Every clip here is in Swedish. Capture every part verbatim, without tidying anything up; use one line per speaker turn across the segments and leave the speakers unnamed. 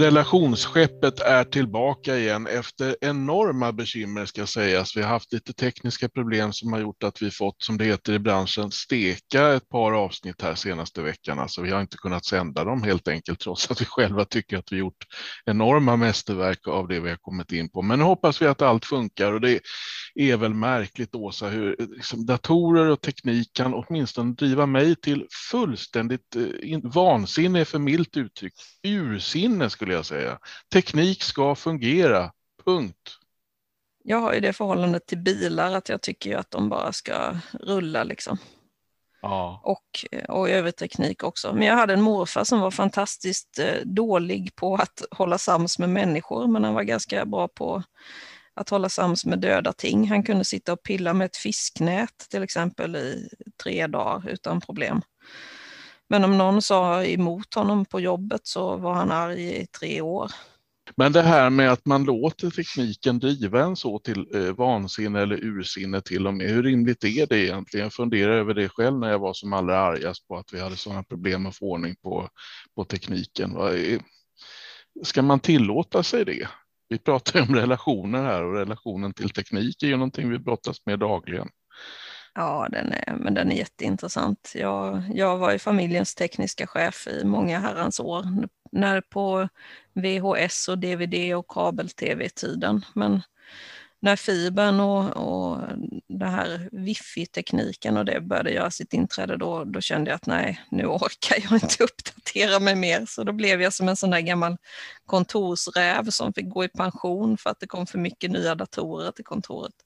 Relationsskeppet är tillbaka igen efter enorma bekymmer ska sägas. Vi har haft lite tekniska problem som har gjort att vi fått, som det heter i branschen, steka ett par avsnitt här senaste veckan. Alltså vi har inte kunnat sända dem helt enkelt trots att vi själva tycker att vi gjort enorma mästerverk av det vi har kommit in på. Men nu hoppas vi att allt funkar och det är väl märkligt, Åsa, hur liksom, datorer och teknik kan åtminstone driva mig till fullständigt eh, vansinne, för milt uttryck, ursinne skulle jag säga. Teknik ska fungera, punkt.
Jag har ju det förhållandet till bilar att jag tycker ju att de bara ska rulla liksom.
Ja.
Och, och övrig teknik också. Men jag hade en morfar som var fantastiskt eh, dålig på att hålla sams med människor, men han var ganska bra på att hålla sams med döda ting. Han kunde sitta och pilla med ett fisknät till exempel i tre dagar utan problem. Men om någon sa emot honom på jobbet så var han arg i tre år.
Men det här med att man låter tekniken driva en så till eh, vansinne eller ursinne till och med, hur rimligt är det egentligen? Jag funderar över det själv när jag var som allra argast på att vi hade sådana problem att få ordning på, på tekniken. Ska man tillåta sig det? Vi pratar om relationer här och relationen till teknik är ju någonting vi brottas med dagligen.
Ja, den är, men den är jätteintressant. Jag, jag var ju familjens tekniska chef i många herrans år, när på V H S och D V D och kabel-tv-tiden. Men när fibern och, och den här wifi-tekniken och det började göra sitt inträde, då, då kände jag att nej, nu orkar jag inte uppdatera mig mer. Så då blev jag som en sån där gammal kontorsräv som fick gå i pension för att det kom för mycket nya datorer till kontoret.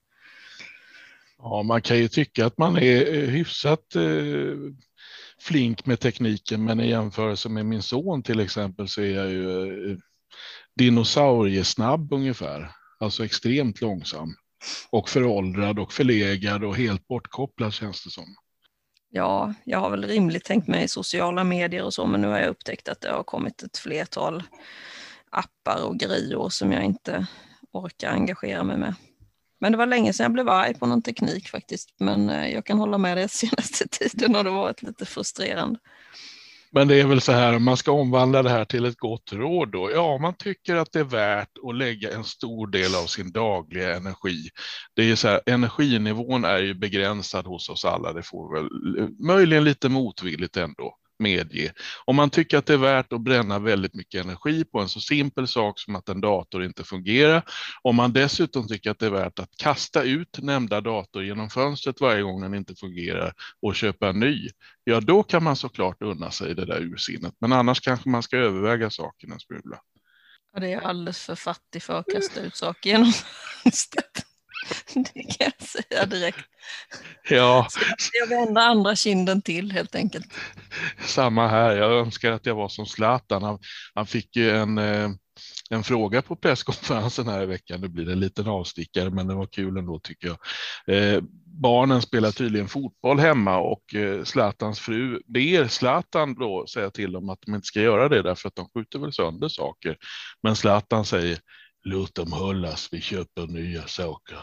Ja, man kan ju tycka att man är hyfsat eh, flink med tekniken, men i jämförelse med min son till exempel så är jag ju eh, dinosauriesnabb ungefär. Alltså extremt långsam och föråldrad och förlegad och helt bortkopplad känns det som.
Ja, jag har väl rimligt tänkt mig i sociala medier och så, men nu har jag upptäckt att det har kommit ett flertal appar och grejer som jag inte orkar engagera mig med. Men det var länge sedan jag blev arg på någon teknik faktiskt. Men jag kan hålla med det, senaste tiden har det varit lite frustrerande.
Men det är väl så här, om man ska omvandla det här till ett gott råd då. Ja, man tycker att det är värt att lägga en stor del av sin dagliga energi. Det är ju så här, energinivån är ju begränsad hos oss alla. Det får väl möjligen lite motvilligt ändå medge. Om man tycker att det är värt att bränna väldigt mycket energi på en så simpel sak som att en dator inte fungerar, om man dessutom tycker att det är värt att kasta ut nämnda dator genom fönstret varje gång den inte fungerar och köpa en ny, ja då kan man såklart unna sig det där ursinnet. Men annars kanske man ska överväga saken en smula.
Ja, det är alldeles för fattig för att kasta ut saker genom fönstret. Det kan jag säga direkt.
Ja.
Så jag vänder andra kinden till helt enkelt.
Samma här. Jag önskar att jag var som Zlatan. Han, han fick ju en, en fråga på presskonferensen här i veckan. Det blir en liten avstickare, men det var kul ändå tycker jag. Eh, barnen spelar tydligen fotboll hemma och eh, Zlatans fru ber Zlatan då säga till dem att de inte ska göra det därför att de skjuter väl sönder saker. Men Zlatan säger, låt dem hållas, vi köper nya saker.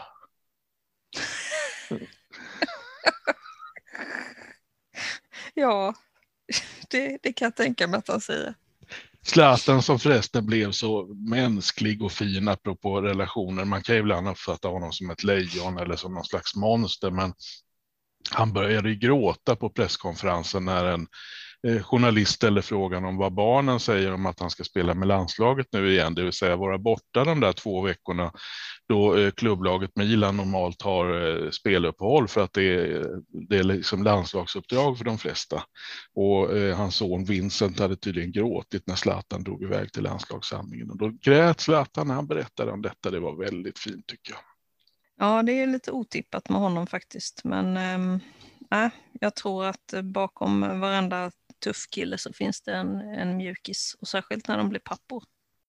Ja, det, det kan jag tänka mig att han säger.
Zlatan som förresten blev så mänsklig och fin apropå relationer. Man kan ju ibland uppfatta honom som ett lejon eller som någon slags monster, men han började gråta på presskonferensen när en eh, journalist ställer frågan om vad barnen säger om att han ska spela med landslaget nu igen, det vill säga vara borta de där två veckorna då eh, klubblaget Milan normalt har eh, speluppehåll för att det är, det är liksom landslagsuppdrag för de flesta. Och eh, hans son Vincent hade tydligen gråtit när Zlatan drog iväg till landslagssamlingen och då grät Zlatan när han berättade om detta. Det var väldigt fint tycker jag.
Ja, det är lite otippat med honom faktiskt. Men äh, jag tror att bakom varenda tuff kille så finns det en, en mjukis. Och särskilt när de blir pappor.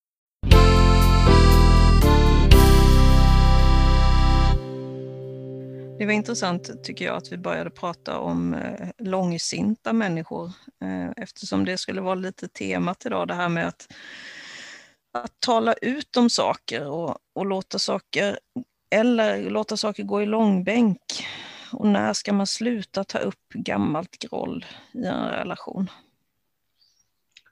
Det var intressant tycker jag att vi började prata om eh, långsinta människor. Eh, eftersom det skulle vara lite temat idag. Det här med att, att tala ut om saker och, och låta saker... Eller låta saker gå i långbänk. Och när ska man sluta ta upp gammalt groll i en relation?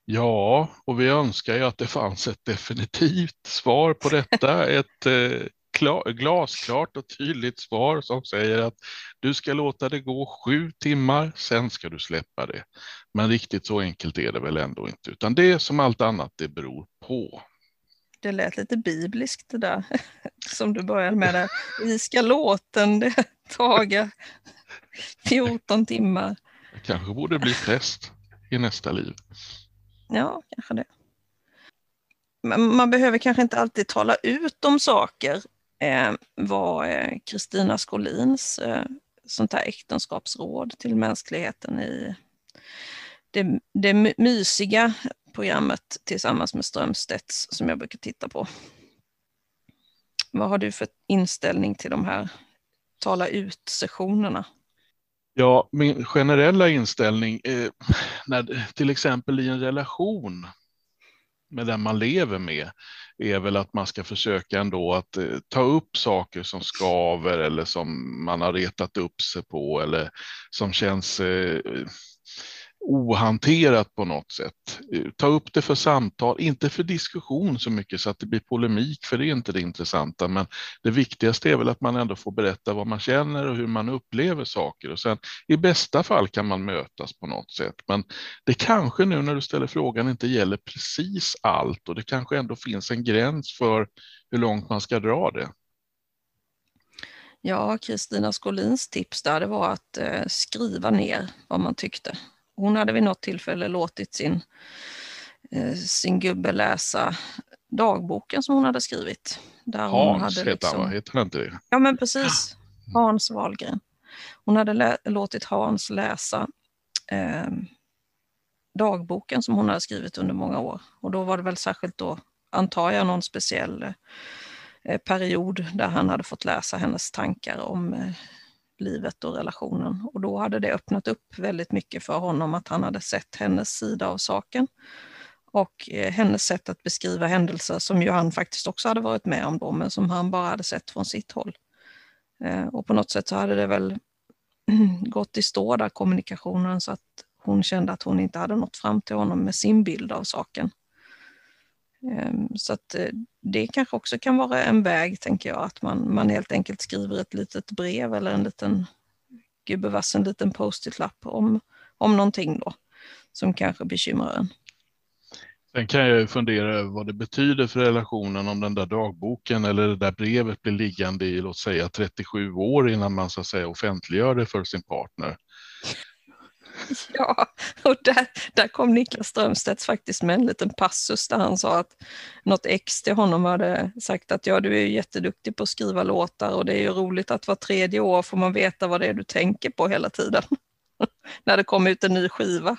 Ja, och vi önskar ju att det fanns ett definitivt svar på detta. Ett eh, klar, glasklart och tydligt svar som säger att du ska låta det gå sju timmar, sen ska du släppa det. Men riktigt så enkelt är det väl ändå inte, utan det är som allt annat, det beror på.
Det lät lite bibliskt det där som du började med där. Vi ska låten det taga fjorton timmar.
Jag kanske borde bli präst i nästa liv.
Ja, kanske det. Men man behöver kanske inte alltid tala ut om saker. Eh, vad Kristina Skolins eh, sånt här äktenskapsråd till mänskligheten i det, det mysiga programmet tillsammans med Strömstedts som jag brukar titta på. Vad har du för inställning till de här tala ut-sessionerna?
Ja, min generella inställning är när, till exempel i en relation med den man lever med, är väl att man ska försöka ändå att eh, ta upp saker som skaver eller som man har retat upp sig på eller som känns eh, ohanterat på något sätt. Ta upp det för samtal, inte för diskussion så mycket så att det blir polemik, för det är inte det intressanta, men det viktigaste är väl att man ändå får berätta vad man känner och hur man upplever saker, och sen i bästa fall kan man mötas på något sätt. Men det kanske nu när du ställer frågan inte gäller precis allt, och det kanske ändå finns en gräns för hur långt man ska dra det.
Ja, Kristina Skolins tips där, det var att eh, skriva ner vad man tyckte. Hon hade vid något tillfälle låtit sin, eh, sin gubbe läsa dagboken som hon hade skrivit. Där
Hans
hon hade
heter
liksom...
han, va? Heter han inte det?
Ja, men precis. Hans Wahlgren. Hon hade lä- låtit Hans läsa eh, dagboken som hon hade skrivit under många år. Och då var det väl särskilt då, antar jag, någon speciell eh, period där han hade fått läsa hennes tankar om eh, livet och relationen. Och då hade det öppnat upp väldigt mycket för honom, att han hade sett hennes sida av saken. Och eh, hennes sätt att beskriva händelser som ju han faktiskt också hade varit med om då, men som han bara hade sett från sitt håll. Eh, och på något sätt så hade det väl gått i stå där, kommunikationen, så att hon kände att hon inte hade nått fram till honom med sin bild av saken. Eh, så att eh, det kanske också kan vara en väg, tänker jag, att man, man helt enkelt skriver ett litet brev eller en liten gubbevass, en liten post-it-lapp om, om någonting då som kanske bekymrar en.
Sen kan jag ju fundera över vad det betyder för relationen om den där dagboken eller det där brevet blir liggande i, låt säga, trettiosju år innan man så att säga offentliggör det för sin partner.
Ja, och där, där kom Niklas Strömstedt faktiskt med en liten passus där han sa att något ex till honom hade sagt att ja, du är ju jätteduktig på att skriva låtar och det är ju roligt att var tredje år får man veta vad det är du tänker på hela tiden när det kommer ut en ny skiva.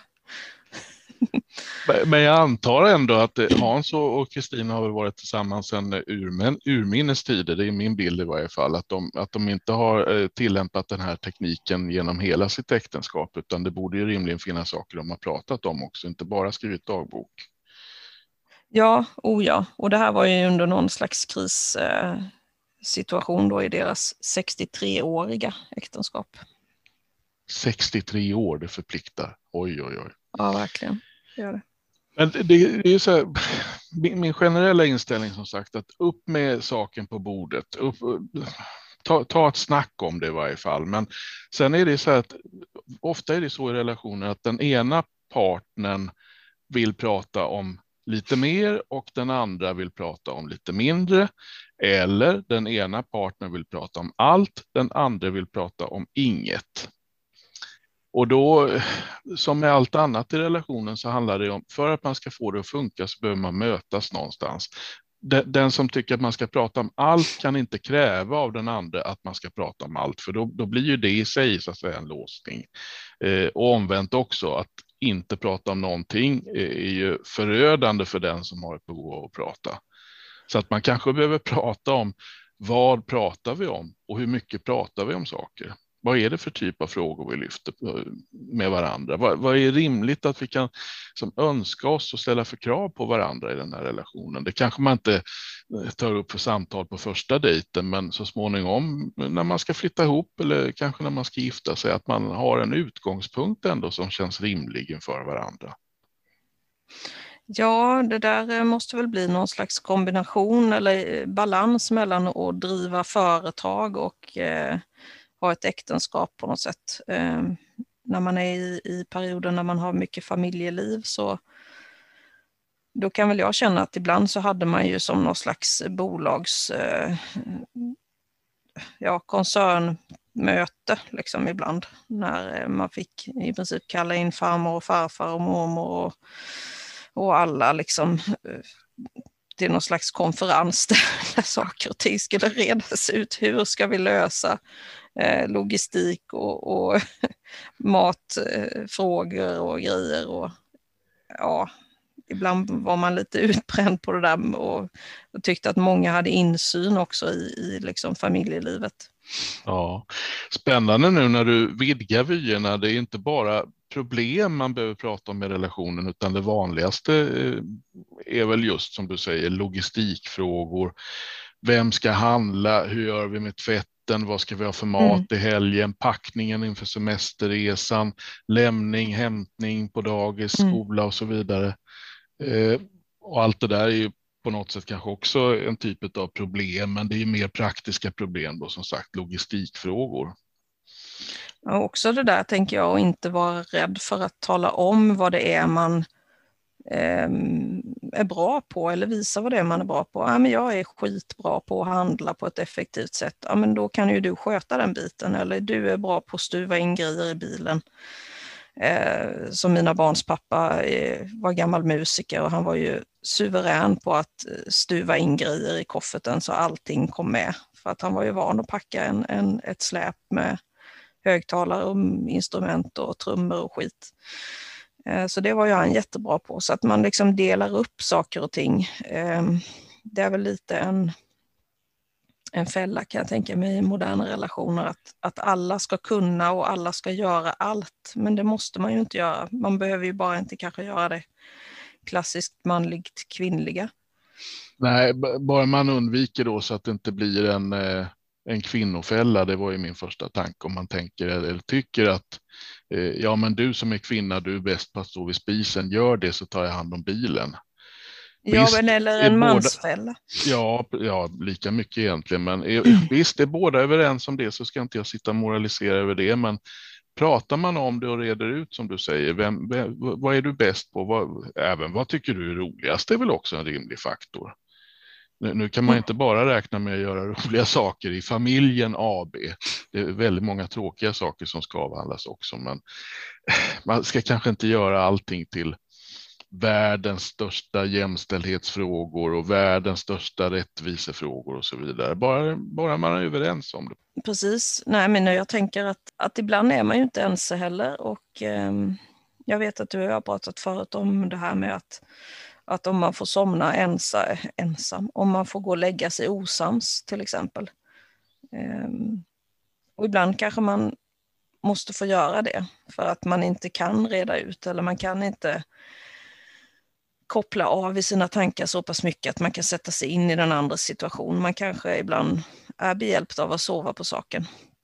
Men jag antar ändå att Hans och Kristina har varit tillsammans sedan urminnes tider, det är min bild i varje fall, att de, att de inte har tillämpat den här tekniken genom hela sitt äktenskap, utan det borde ju rimligen finnas saker de har pratat om också, inte bara skrivit dagbok.
Ja, oh ja, och det här var ju under någon slags krissituation då i deras sextiotreåriga äktenskap.
sextiotre år, det förpliktar. Oj, oj, oj.
Ja, verkligen. Gör det.
Men det, det är ju så här, min, min generella inställning som sagt, att upp med saken på bordet, upp, ta, ta ett snack om det i varje fall. Men sen är det så här att ofta är det så i relationer att den ena partnern vill prata om lite mer och den andra vill prata om lite mindre. Eller den ena partnern vill prata om allt, den andra vill prata om inget. Och då, som med allt annat i relationen, så handlar det om, för att man ska få det att funka så behöver man mötas någonstans. Den, den som tycker att man ska prata om allt kan inte kräva av den andra att man ska prata om allt, för då, då blir ju det i sig så att säga en låsning. Eh, och omvänt också, att inte prata om någonting är ju förödande för den som har ett behov av att prata. Så att man kanske behöver prata om vad pratar vi om och hur mycket pratar vi om saker. Vad är det för typ av frågor vi lyfter med varandra? Vad, vad är rimligt att vi kan som önska oss och ställa för krav på varandra i den här relationen? Det kanske man inte tar upp för samtal på första dejten, men så småningom när man ska flytta ihop eller kanske när man ska gifta sig, att man har en utgångspunkt ändå som känns rimlig inför varandra.
Ja, det där måste väl bli någon slags kombination eller balans mellan att driva företag och eh, ha ett äktenskap på något sätt. Eh, när man är i, i perioder när man har mycket familjeliv så då kan väl jag känna att ibland så hade man ju som någon slags bolags eh, ja, koncernmöte liksom ibland när man fick i princip kalla in farmor och farfar och mormor och, och alla liksom till någon slags konferens där saker och ting skulle redas ut. Hur ska vi lösa eh, logistik och, och matfrågor och grejer och ja, ibland var man lite utbränd på det där och, och tyckte att många hade insyn också i, i liksom familjelivet.
Ja, spännande nu när du vidgar vyerna. Det är inte bara problem man behöver prata om i relationen, utan det vanligaste är väl just som du säger logistikfrågor. Vem ska handla? Hur gör vi med tvätten? Vad ska vi ha för mat mm. i helgen? Packningen inför semesterresan, lämning, hämtning på dagis, skola och så vidare. Eh, och allt det där är ju på något sätt kanske också en typ av problem, men det är ju mer praktiska problem då, som sagt, logistikfrågor.
Ja, också det där tänker jag, att inte vara rädd för att tala om vad det är man eh, är bra på eller visa vad det är man är bra på. Ja, men jag är skitbra på att handla på ett effektivt sätt. Ja, men då kan ju du sköta den biten, eller du är bra på att stuva in grejer i bilen. Eh, som mina barns pappa eh, var gammal musiker och han var ju suverän på att stuva in grejer i kofferten så allting kom med. För att han var ju van att packa en, en, ett släp med högtalare och instrument och trummor och skit. Eh, så det var ju han jättebra på. Så att man liksom delar upp saker och ting. Eh, det är väl lite en en fälla kan jag tänka mig i moderna relationer, att, att alla ska kunna och alla ska göra allt, men det måste man ju inte göra. Man behöver ju bara inte kanske göra det klassiskt manligt kvinnliga.
Nej, bara man undviker då så att det inte blir en, en kvinnofälla, det var ju min första tanke. Om man tänker eller tycker att ja men du som är kvinna, du är bäst på att stå vid spisen, gör det så tar jag hand om bilen.
Ja, visst, men eller en båda, mansfälla.
Ja, ja, lika mycket egentligen. Men är, visst, är båda överens om det så ska inte jag sitta och moralisera över det. Men pratar man om det och reder ut som du säger, vem, vem, vad är du bäst på? Vad, även vad tycker du är roligast? Det är väl också en rimlig faktor. Nu, nu kan man inte bara räkna med att göra roliga saker i familjen A B. Det är väldigt många tråkiga saker som ska avhandlas också. Men man ska kanske inte göra allting till världens största jämställdhetsfrågor och världens största rättvisefrågor och så vidare. Bara, bara man är överens om det.
Precis. Nej, men jag tänker att, att ibland är man ju inte ense heller. Och eh, jag vet att du och jag har pratat förut om det här med att, att om man får somna ensa, ensam, om man får gå och lägga sig osams till exempel. Eh, och ibland kanske man måste få göra det för att man inte kan reda ut eller man kan inte koppla av i sina tankar så pass mycket att man kan sätta sig in i den andra situationen. Man kanske ibland är behjälpt av att sova på saken.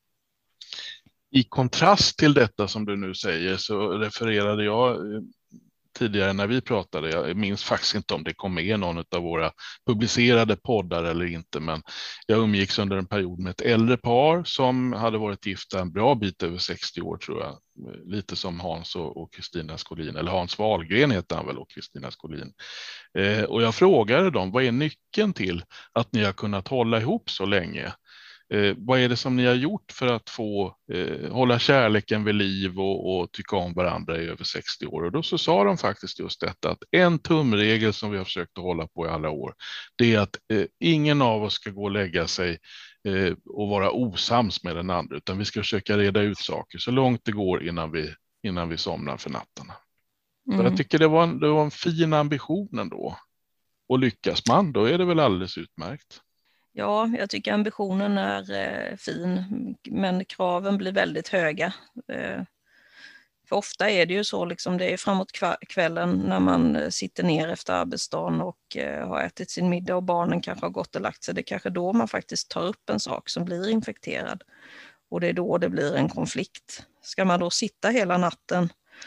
I kontrast till detta som du nu säger så refererade jag tidigare när vi pratade, jag minns faktiskt inte om det kom med i någon av våra publicerade poddar eller inte, men jag umgicks under en period med ett äldre par som hade varit gifta en bra bit över sextio år tror jag. Lite som Hans och Kristina Skolin, eller Hans Wahlgren heter han väl och Kristina Skolin. Eh, och jag frågade dem, vad är nyckeln till att ni har kunnat hålla ihop så länge? Eh, vad är det som ni har gjort för att få eh, hålla kärleken vid liv och, och tycka om varandra i över sextio år? Och då så sa de faktiskt just detta, att en tumregel som vi har försökt att hålla på i alla år, det är att eh, ingen av oss ska gå och lägga sig eh, och vara osams med den andra, utan vi ska försöka reda ut saker så långt det går innan vi, innan vi somnar för natten. Mm. Så jag tycker det var, en, det var en fin ambition ändå. Och lyckas man, då är det väl alldeles utmärkt.
Ja, jag tycker ambitionen är eh, fin, men kraven blir väldigt höga. Eh, för ofta är det ju så, liksom, det är framåt kvällen när man sitter ner efter arbetsdagen och eh, har ätit sin middag och barnen kanske har gått och lagt sig. Det är kanske då man faktiskt tar upp en sak som blir infekterad. Och det är då det blir en konflikt. Ska man då sitta hela natten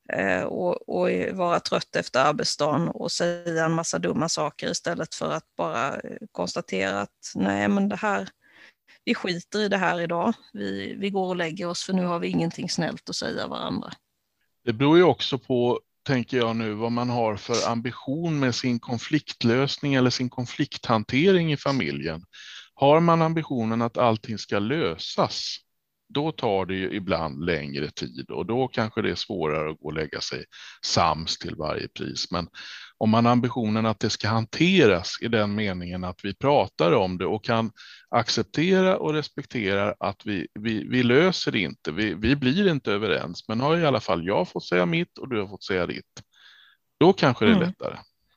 eh, och, och vara trött efter arbetsdagen och säga en massa dumma saker istället för att bara konstatera att nej, men det här, vi skiter i det här idag. Vi, vi går och lägger oss för nu har vi ingenting snällt att säga varandra.
Det beror ju också på, tänker jag nu, vad man har för ambition med sin konfliktlösning eller sin konflikthantering i familjen. Har man ambitionen att allting ska lösas, då tar det ju ibland längre tid och då kanske det är svårare att gå och lägga sig sams till varje pris. Men om man har ambitionen att det ska hanteras i den meningen att vi pratar om det och kan acceptera och respektera att vi, vi, vi löser det inte, vi, vi blir inte överens, men har i alla fall jag fått säga mitt och du har fått säga ditt. Då kanske det är
Mm.
lättare.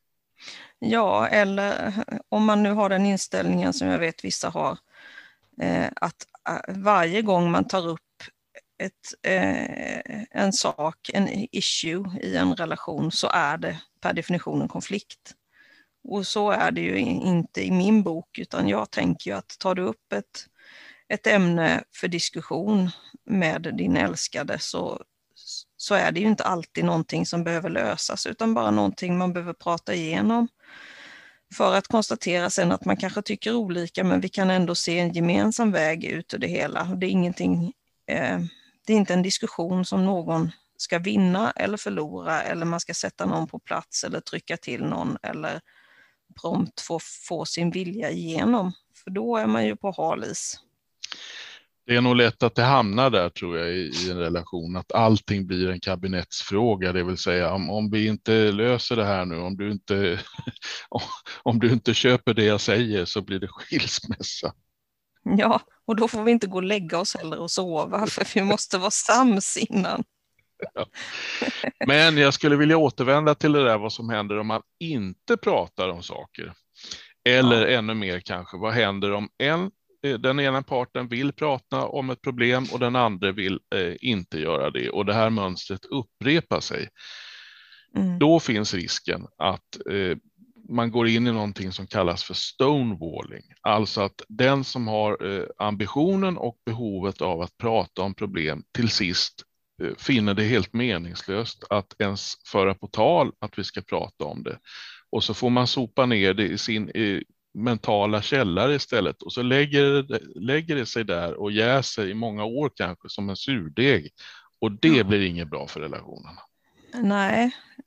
Ja, eller om man nu har den inställningen som jag vet vissa har, eh, att eh, varje gång man tar upp ett, eh, en sak, en issue i en relation så är det per definition en konflikt. Och så är det ju inte i min bok, utan jag tänker ju att tar du upp ett, ett ämne för diskussion med din älskade så, så är det ju inte alltid någonting som behöver lösas utan bara någonting man behöver prata igenom för att konstatera sen att man kanske tycker olika men vi kan ändå se en gemensam väg ut ur det hela. Det är ingenting, eh, det är inte en diskussion som någon ska vinna eller förlora eller man ska sätta någon på plats eller trycka till någon eller prompt få, få sin vilja igenom. För då är man ju på hal is.
Det är nog lätt att det hamnar där tror jag i, i en relation, att allting blir en kabinettsfråga, det vill säga om, om vi inte löser det här nu, om du inte, om du inte köper det jag säger så blir det skilsmässa.
Ja, och då får vi inte gå och lägga oss heller och sova för vi måste vara sams innan.
Ja. Men jag skulle vilja återvända till det där vad som händer om man inte pratar om saker. Eller ja. Ännu mer kanske, vad händer om en den ena parten vill prata om ett problem och den andra vill eh, inte göra det och det här mönstret upprepar sig. Mm. Då finns risken att eh, man går in i någonting som kallas för stonewalling. Alltså att den som har eh, ambitionen och behovet av att prata om problem till sist eh, finner det helt meningslöst att ens föra på tal att vi ska prata om det. Och så får man sopa ner det i sin eh, mentala källare istället och så lägger det, lägger det sig där och jäser i många år kanske som en surdeg och det ja. Blir inget bra för relationen.
Nej,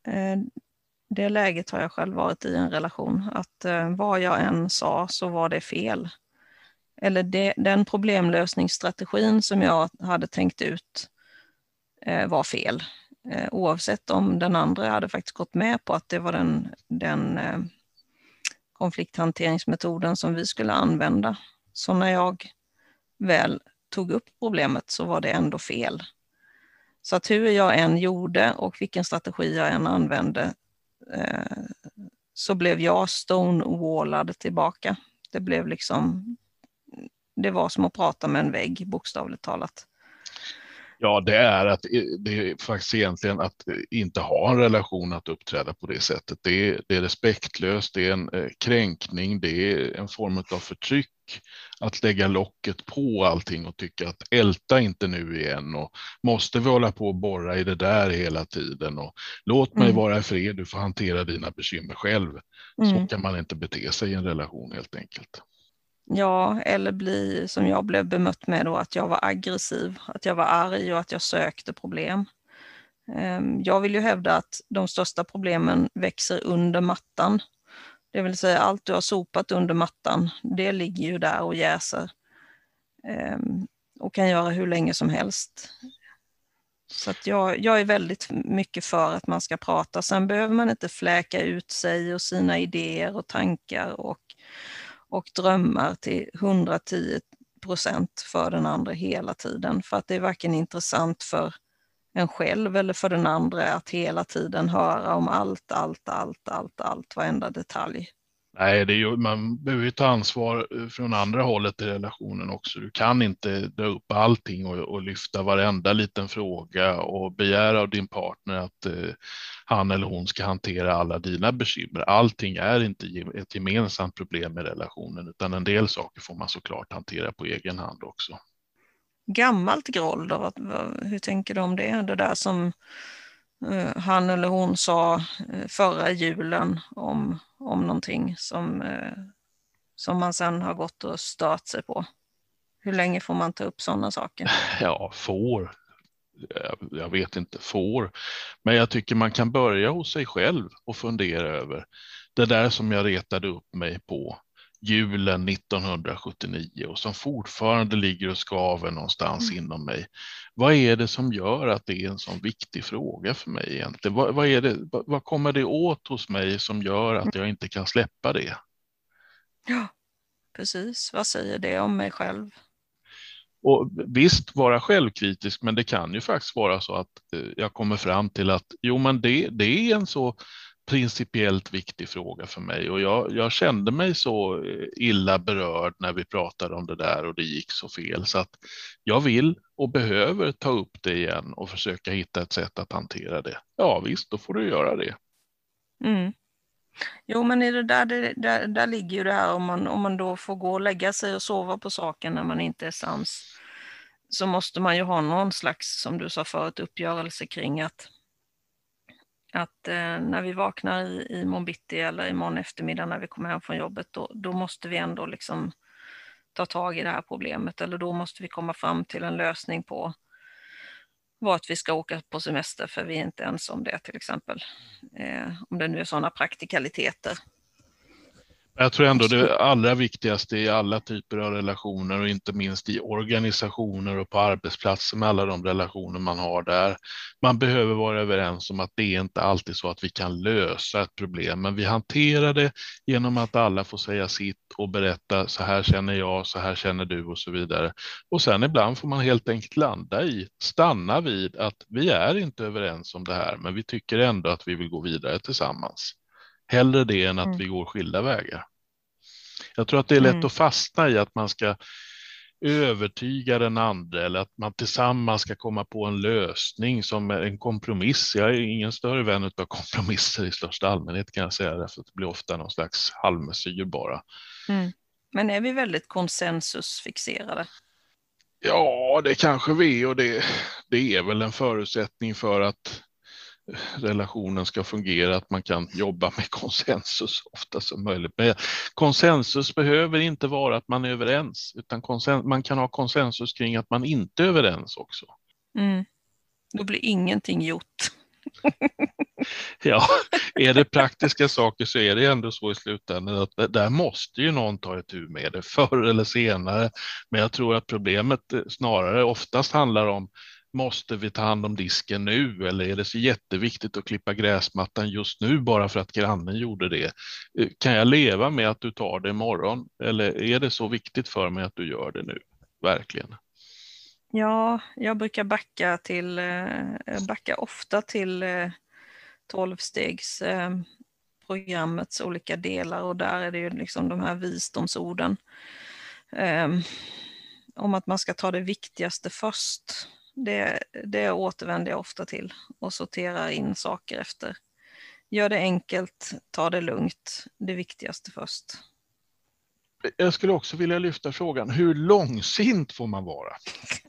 det läget har jag själv varit i en relation att vad jag än sa så var det fel. Eller det, den problemlösningsstrategin som jag hade tänkt ut var fel. Oavsett om den andra hade faktiskt gått med på att det var den, den konflikthanteringsmetoden som vi skulle använda. Så när jag väl tog upp problemet så var det ändå fel. Så att hur jag än gjorde och vilken strategi jag än använde eh, så blev jag stonewallad tillbaka. Det blev liksom, det var som att prata med en vägg, bokstavligt talat.
Ja, det är att det är faktiskt egentligen att inte ha en relation att uppträda på det sättet. Det är, det är respektlöst, det är en eh, kränkning, det är en form av förtryck att lägga locket på allting och tycka att älta inte nu igen och måste vi hålla på och borra i det där hela tiden och låt mig mm. vara i fred, du får hantera dina bekymmer själv. Mm. Så kan man inte bete sig i en relation helt enkelt.
Ja, eller bli som jag blev bemött med då, att jag var aggressiv, att jag var arg och att jag sökte problem. Jag vill ju hävda att de största problemen växer under mattan. Det vill säga allt du har sopat under mattan, det ligger ju där och jäser. Och kan göra hur länge som helst. Så att jag, jag är väldigt mycket för att man ska prata. Sen behöver man inte fläka ut sig och sina idéer och tankar och och drömmar till hundratio procent för den andra hela tiden. För att det är varken intressant för en själv eller för den andra att hela tiden höra om allt, allt, allt, allt, allt, varenda detalj.
Nej, det är ju, man behöver ju ta ansvar från andra hållet i relationen också. Du kan inte dra upp allting och, och lyfta varenda liten fråga och begära av din partner att eh, han eller hon ska hantera alla dina bekymmer. Allting är inte ett gemensamt problem i relationen utan en del saker får man såklart hantera på egen hand också.
Gammalt groll då, hur tänker du om det? Det där som eh, han eller hon sa eh, förra julen om, om någonting som, eh, som man sen har gått och stört sig på. Hur länge får man ta upp sådana saker?
Ja, får. Jag, jag vet inte, får. Men jag tycker man kan börja hos sig själv och fundera över det där som jag retade upp mig på julen nittonhundrasjuttionio och som fortfarande ligger och skaver någonstans mm. inom mig. Vad är det som gör att det är en sån viktig fråga för mig egentligen? Vad, vad, är det, vad, vad kommer det åt hos mig som gör att jag inte kan släppa det?
Ja, precis. Vad säger det om mig själv?
Och visst, vara självkritisk, men det kan ju faktiskt vara så att jag kommer fram till att jo, men det, det är en så principiellt viktig fråga för mig, och jag, jag kände mig så illa berörd när vi pratade om det där och det gick så fel, så att jag vill och behöver ta upp det igen och försöka hitta ett sätt att hantera det. Ja visst, då får du göra det.
Mm. Jo, men i det där, det, där, där ligger ju det här om man, om man då får gå och lägga sig och sova på saken när man inte är sams, så måste man ju ha någon slags, som du sa förut, uppgörelse kring att, att eh, när vi vaknar i, i morgon bitti eller imorgon eftermiddag när vi kommer hem från jobbet, då, då måste vi ändå liksom ta tag i det här problemet, eller då måste vi komma fram till en lösning på vart vi ska åka på semester, för vi är inte ens om det till exempel. Eh, om det nu är sådana praktikaliteter.
Jag tror ändå det allra viktigaste i alla typer av relationer, och inte minst i organisationer och på arbetsplatser med alla de relationer man har där. Man behöver vara överens om att det är inte alltid så att vi kan lösa ett problem, men vi hanterar det genom att alla får säga sitt och berätta, så här känner jag, så här känner du och så vidare. Och sen ibland får man helt enkelt landa i, stanna vid att vi är inte överens om det här, men vi tycker ändå att vi vill gå vidare tillsammans. Hellre det än att mm. vi går skilda vägar. Jag tror att det är lätt mm. att fastna i att man ska övertyga den andra, eller att man tillsammans ska komma på en lösning som är en kompromiss. Jag är ingen större vän av kompromisser i största allmänhet, kan jag säga, därför att det blir ofta någon slags halvmesyr bara.
Mm. Men är vi väldigt konsensusfixerade?
Ja, det kanske vi är, och det, det är väl en förutsättning för att relationen ska fungera, att man kan jobba med konsensus ofta som möjligt. Men konsensus behöver inte vara att man är överens, utan konsens- man kan ha konsensus kring att man inte är överens också.
Mm. Då blir ingenting gjort.
Ja, är det praktiska saker så är det ändå så i slutändan att där måste ju någon ta ett tur med det förr eller senare. Men jag tror att problemet snarare oftast handlar om, måste vi ta hand om disken nu, eller är det så jätteviktigt att klippa gräsmattan just nu bara för att grannen gjorde det? Kan jag leva med att du tar det imorgon, eller är det så viktigt för mig att du gör det nu? Verkligen.
Ja, jag brukar backa till backa ofta till tolvstegs programmets olika delar, och där är det ju liksom de här visdomsorden um, om att man ska ta det viktigaste först. Det, det återvänder jag ofta till och sorterar in saker efter. Gör det enkelt, ta det lugnt, det viktigaste först.
Jag skulle också vilja lyfta frågan, hur långsint får man vara?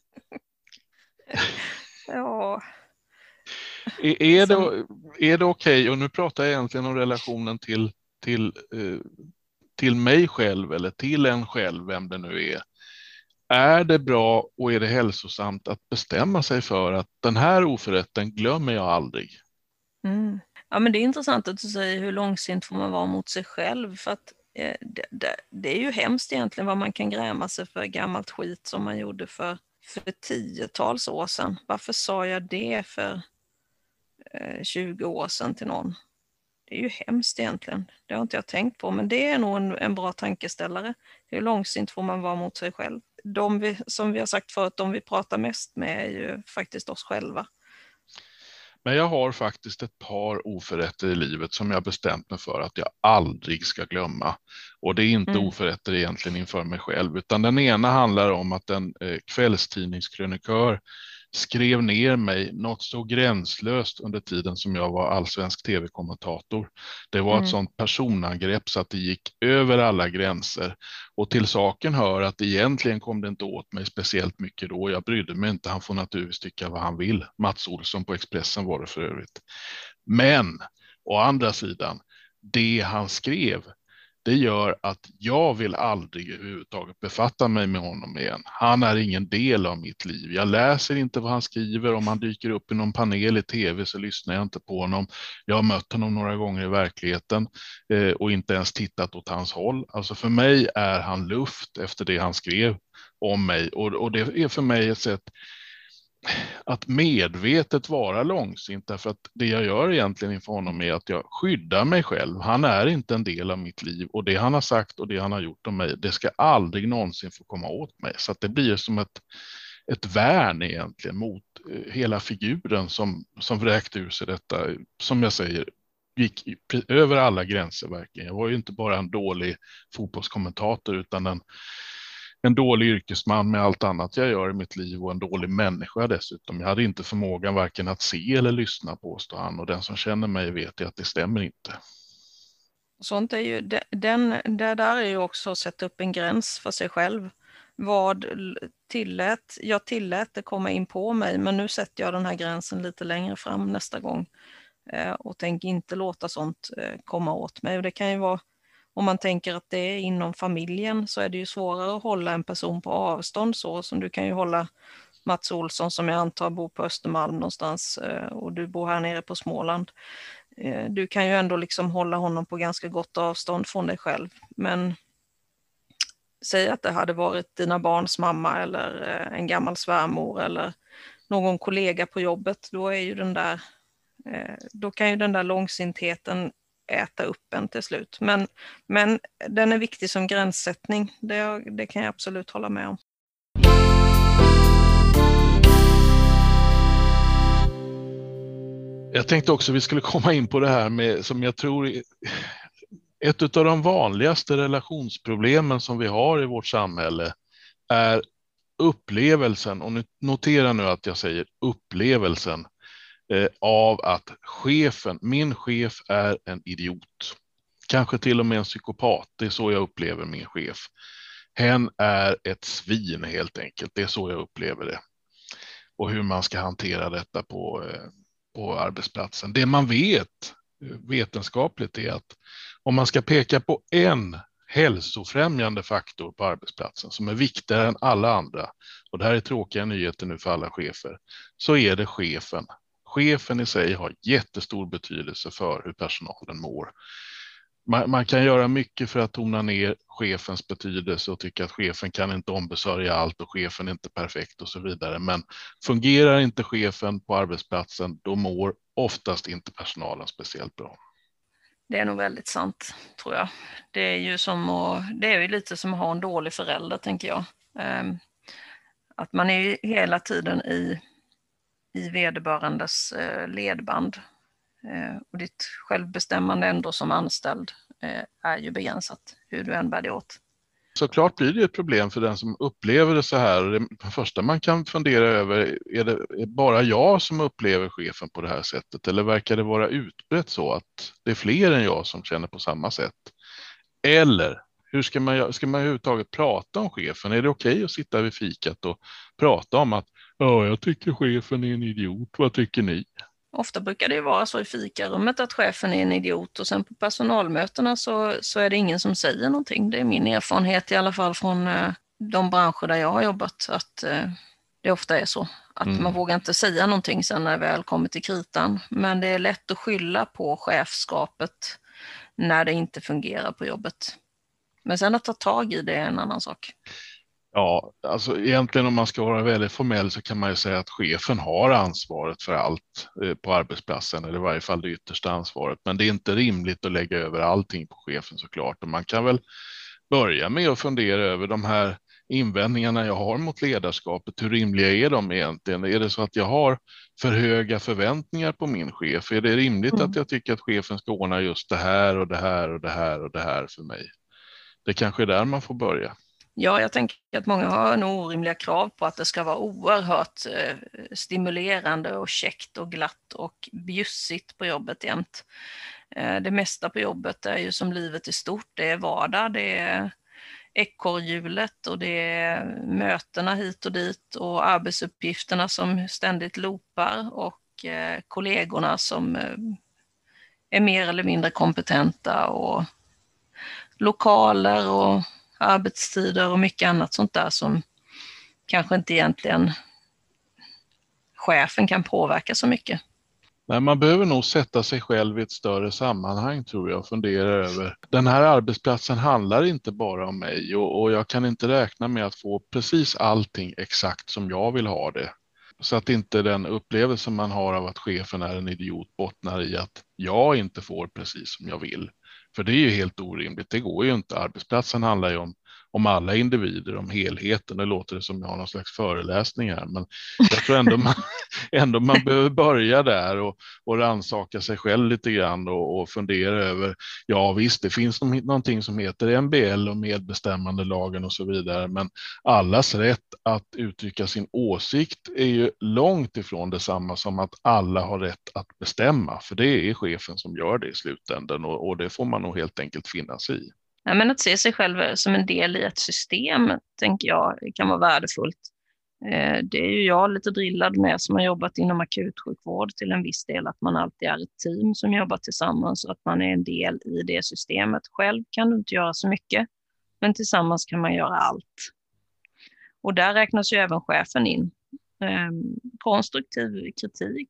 Ja.
Är, är det, är det okej, okay, och nu pratar jag egentligen om relationen till, till, eh, till mig själv eller till en själv, vem det nu är. Är det bra och är det hälsosamt att bestämma sig för att den här oförrätten glömmer jag aldrig?
Mm. Ja, men det är intressant att du säger hur långsint får man vara mot sig själv, för att eh, det, det, det är ju hemskt egentligen vad man kan gräma sig för gammalt skit som man gjorde för, för tiotals år sedan. Varför sa jag det för eh, tjugo år sedan till någon? Det är ju hemskt egentligen. Det har inte jag tänkt på, men det är nog en, en bra tankeställare. Hur långsint får man vara mot sig själv? De vi, som vi har sagt förut, de vi pratar mest med är ju faktiskt oss själva.
Men jag har faktiskt ett par oförrätter i livet som jag bestämt mig för att jag aldrig ska glömma. Och det är inte mm. oförrätter egentligen inför mig själv, utan den ena handlar om att en eh, kvällstidningskrönikör skrev ner mig något så gränslöst under tiden som jag var allsvensk tv-kommentator. Det var mm. ett sånt personangrepp så att det gick över alla gränser. Och till saken hör att egentligen kom det inte åt mig speciellt mycket då. Jag brydde mig inte, han får naturligtvis tycka vad han vill. Mats Olsson på Expressen var det för övrigt. Men å andra sidan, det han skrev, det gör att jag vill aldrig överhuvudtaget befatta mig med honom igen. Han är ingen del av mitt liv. Jag läser inte vad han skriver. Om han dyker upp i någon panel i tv så lyssnar jag inte på honom. Jag har mött honom några gånger i verkligheten eh, och inte ens tittat åt hans håll. Alltså för mig är han luft efter det han skrev om mig. Och, och det är för mig ett sätt att medvetet vara långsint, därför att det jag gör egentligen inför honom är att jag skyddar mig själv. Han är inte en del av mitt liv och det han har sagt och det han har gjort om mig, det ska aldrig någonsin få komma åt mig. Så att det blir som ett, ett värn egentligen mot hela figuren som, som vräkte ur sig detta, som jag säger, gick över alla gränser verkligen. Jag var ju inte bara en dålig fotbollskommentator utan en En dålig yrkesman med allt annat jag gör i mitt liv och en dålig människa dessutom. Jag hade inte förmågan varken att se eller lyssna, påstår han. Och den som känner mig vet att det stämmer inte.
Sånt är ju, den, det där är ju också att sätta upp en gräns för sig själv. Vad tillät, jag tillät det komma in på mig, men nu sätter jag den här gränsen lite längre fram nästa gång. Eh, och tänker inte låta sånt eh, komma åt mig. Och det kan ju vara, om man tänker att det är inom familjen så är det ju svårare att hålla en person på avstånd så som du kan ju hålla Mats Olsson som jag antar bor på Östermalm någonstans och du bor här nere på Småland. Du kan ju ändå liksom hålla honom på ganska gott avstånd från dig själv. Men säg att det hade varit dina barns mamma eller en gammal svärmor eller någon kollega på jobbet, då är ju den där, då kan ju den där långsintheten äta upp en till slut. Men, men den är viktig som gränssättning. Det, det kan jag absolut hålla med om.
Jag tänkte också vi skulle komma in på det här med, som jag tror är ett av de vanligaste relationsproblemen som vi har i vårt samhälle är upplevelsen, och notera nu att jag säger upplevelsen, Eh, av att chefen, min chef är en idiot. Kanske till och med en psykopat. Det är så jag upplever min chef. Hen är ett svin helt enkelt. Det är så jag upplever det. Och hur man ska hantera detta på, eh, på arbetsplatsen. Det man vet vetenskapligt är att om man ska peka på en hälsofrämjande faktor på arbetsplatsen som är viktigare än alla andra, och det här är tråkiga nyheter nu för alla chefer, så är det chefen. Chefen i sig har jättestor betydelse för hur personalen mår. Man, man kan göra mycket för att tona ner chefens betydelse och tycka att chefen kan inte ombesörja allt och chefen är inte perfekt och så vidare. Men fungerar inte chefen på arbetsplatsen, då mår oftast inte personalen speciellt bra.
Det är nog väldigt sant, tror jag. Det är ju som att, det är ju lite som att ha en dålig förälder, tänker jag. Att man är ju hela tiden i i vederbörandes ledband. Och ditt självbestämmande ändå som anställd är ju begränsat, hur du än bär det åt.
Såklart blir det ett problem för den som upplever det så här. Det första man kan fundera över, är det bara jag som upplever chefen på det här sättet? Eller verkar det vara utbrett så att det är fler än jag som känner på samma sätt? Eller hur ska man, ska man överhuvudtaget prata om chefen? Är det okej att sitta vid fikat och prata om att ja, jag tycker chefen är en idiot. Vad tycker ni?
Ofta brukar det ju vara så i fikarummet att chefen är en idiot och sen på personalmötena så, så är det ingen som säger någonting. Det är min erfarenhet i alla fall från eh, de branscher där jag har jobbat, att eh, det ofta är så. Att mm. man vågar inte säga någonting sen när det väl kommer till kritan. Men det är lätt att skylla på chefskapet när det inte fungerar på jobbet. Men sen att ta tag i det är en annan sak.
Ja, alltså egentligen om man ska vara väldigt formell så kan man ju säga att chefen har ansvaret för allt på arbetsplatsen, eller i varje fall det yttersta ansvaret. Men det är inte rimligt att lägga över allting på chefen såklart. Och man kan väl börja med att fundera över de här invändningarna jag har mot ledarskapet. Hur rimliga är de egentligen? Är det så att jag har för höga förväntningar på min chef? Är det rimligt mm. att jag tycker att chefen ska ordna just det här och det här och det här och det här för mig? Det kanske är där man får börja.
Ja, jag tänker att många har nog orimliga krav på att det ska vara oerhört eh, stimulerande och käckt och glatt och bjussigt på jobbet jämt. Eh, det mesta på jobbet är ju som livet i stort. Det är vardag, det är ekorrhjulet och det är mötena hit och dit och arbetsuppgifterna som ständigt loopar och eh, kollegorna som eh, är mer eller mindre kompetenta och lokaler och arbetstider och mycket annat sånt där som kanske inte egentligen chefen kan påverka så mycket.
Nej, man behöver nog sätta sig själv i ett större sammanhang tror jag och fundera över. Den här arbetsplatsen handlar inte bara om mig och, och jag kan inte räkna med att få precis allting exakt som jag vill ha det. Så att inte den upplevelse man har av att chefen är en idiot bottnar i att jag inte får precis som jag vill. För det är ju helt orimligt, det går ju inte. Arbetsplatsen handlar ju om, om alla individer, om helheten. Det låter det som jag har någon slags föreläsning här. Men jag tror ändå man, ändå man behöver börja där och, och rannsaka sig själv lite grann och, och fundera över, ja visst det finns någonting som heter M B L och medbestämmandelagen och så vidare. Men allas rätt att uttrycka sin åsikt är ju långt ifrån detsamma som att alla har rätt att bestämma. För det är chefen som gör det i slutändan och, och det får man nog helt enkelt finna sig i.
Ja, men att se sig själv som en del i ett system tänker jag kan vara värdefullt. Det är ju jag lite drillad med som har jobbat inom akutsjukvård till en viss del, att man alltid är ett team som jobbar tillsammans och att man är en del i det systemet. Själv kan du inte göra så mycket, men tillsammans kan man göra allt. Och där räknas ju även chefen in. Konstruktiv kritik,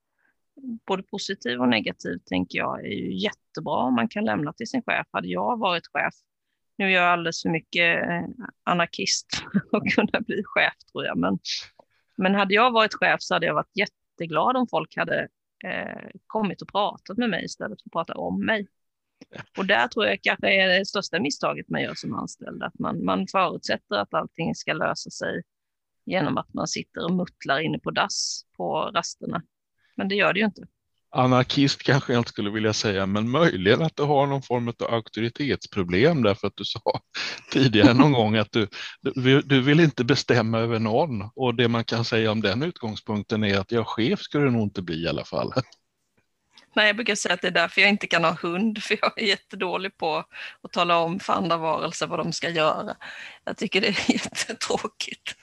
både positiv och negativ tänker jag är ju jättebra om man kan lämna till sin chef. Hade jag varit chef, nu är jag alldeles för mycket anarkist och kunna bli chef tror jag, men, men hade jag varit chef så hade jag varit jätteglad om folk hade eh, kommit och pratat med mig istället för att prata om mig. Och där tror jag kanske är det största misstaget man gör som anställd, att man, man förutsätter att allting ska lösa sig genom att man sitter och muttlar inne på dass på rasterna. Men det gör det ju inte.
Anarkist kanske jag inte skulle vilja säga, men möjligen att du har någon form av auktoritetsproblem därför att du sa tidigare någon gång att du, du, du vill inte bestämma över någon och det man kan säga om den utgångspunkten är att jag chef skulle det nog inte bli i alla fall.
Nej, jag brukar säga att det är därför jag inte kan ha hund, för jag är jättedålig på att tala om för andra varelser vad de ska göra. Jag tycker det är jättetråkigt.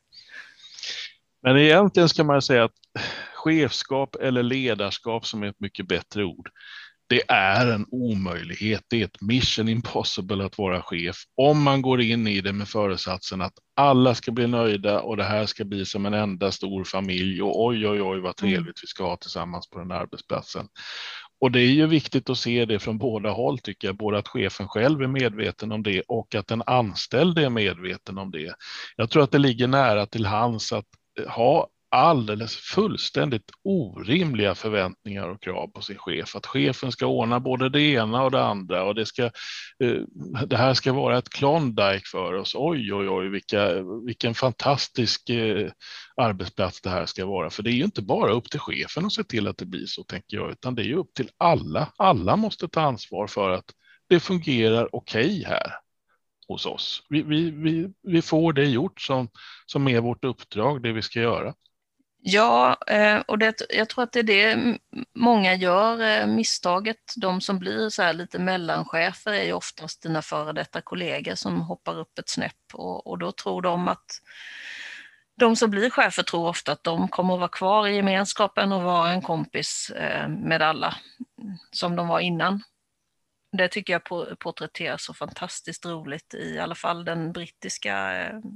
Men egentligen ska man säga att chefskap eller ledarskap, som är ett mycket bättre ord, det är en omöjlighet. Det är ett mission impossible att vara chef. Om man går in i det med föresatsen att alla ska bli nöjda och det här ska bli som en enda stor familj och oj oj oj vad trevligt vi ska ha tillsammans på den här arbetsplatsen. Och det är ju viktigt att se det från båda håll tycker jag. Både att chefen själv är medveten om det och att den anställde är medveten om det. Jag tror att det ligger nära till hands att ha alldeles fullständigt orimliga förväntningar och krav på sin chef. Att chefen ska ordna både det ena och det andra och det, ska, det här ska vara ett Klondike för oss. Oj, oj, oj, vilka, vilken fantastisk arbetsplats det här ska vara. För det är ju inte bara upp till chefen att se till att det blir så, tänker jag, utan det är ju upp till alla. Alla måste ta ansvar för att det fungerar okej här hos oss. Vi, vi, vi, vi får det gjort som, som är vårt uppdrag, det vi ska göra.
Ja, och det, jag tror att det är det många gör, misstaget. De som blir så här lite mellanchefer är ju oftast dina före detta kollegor som hoppar upp ett snäpp och, och då tror de att de som blir chefer tror ofta att de kommer att vara kvar i gemenskapen och vara en kompis med alla som de var innan. Det tycker jag porträtteras så fantastiskt roligt i alla fall den brittiska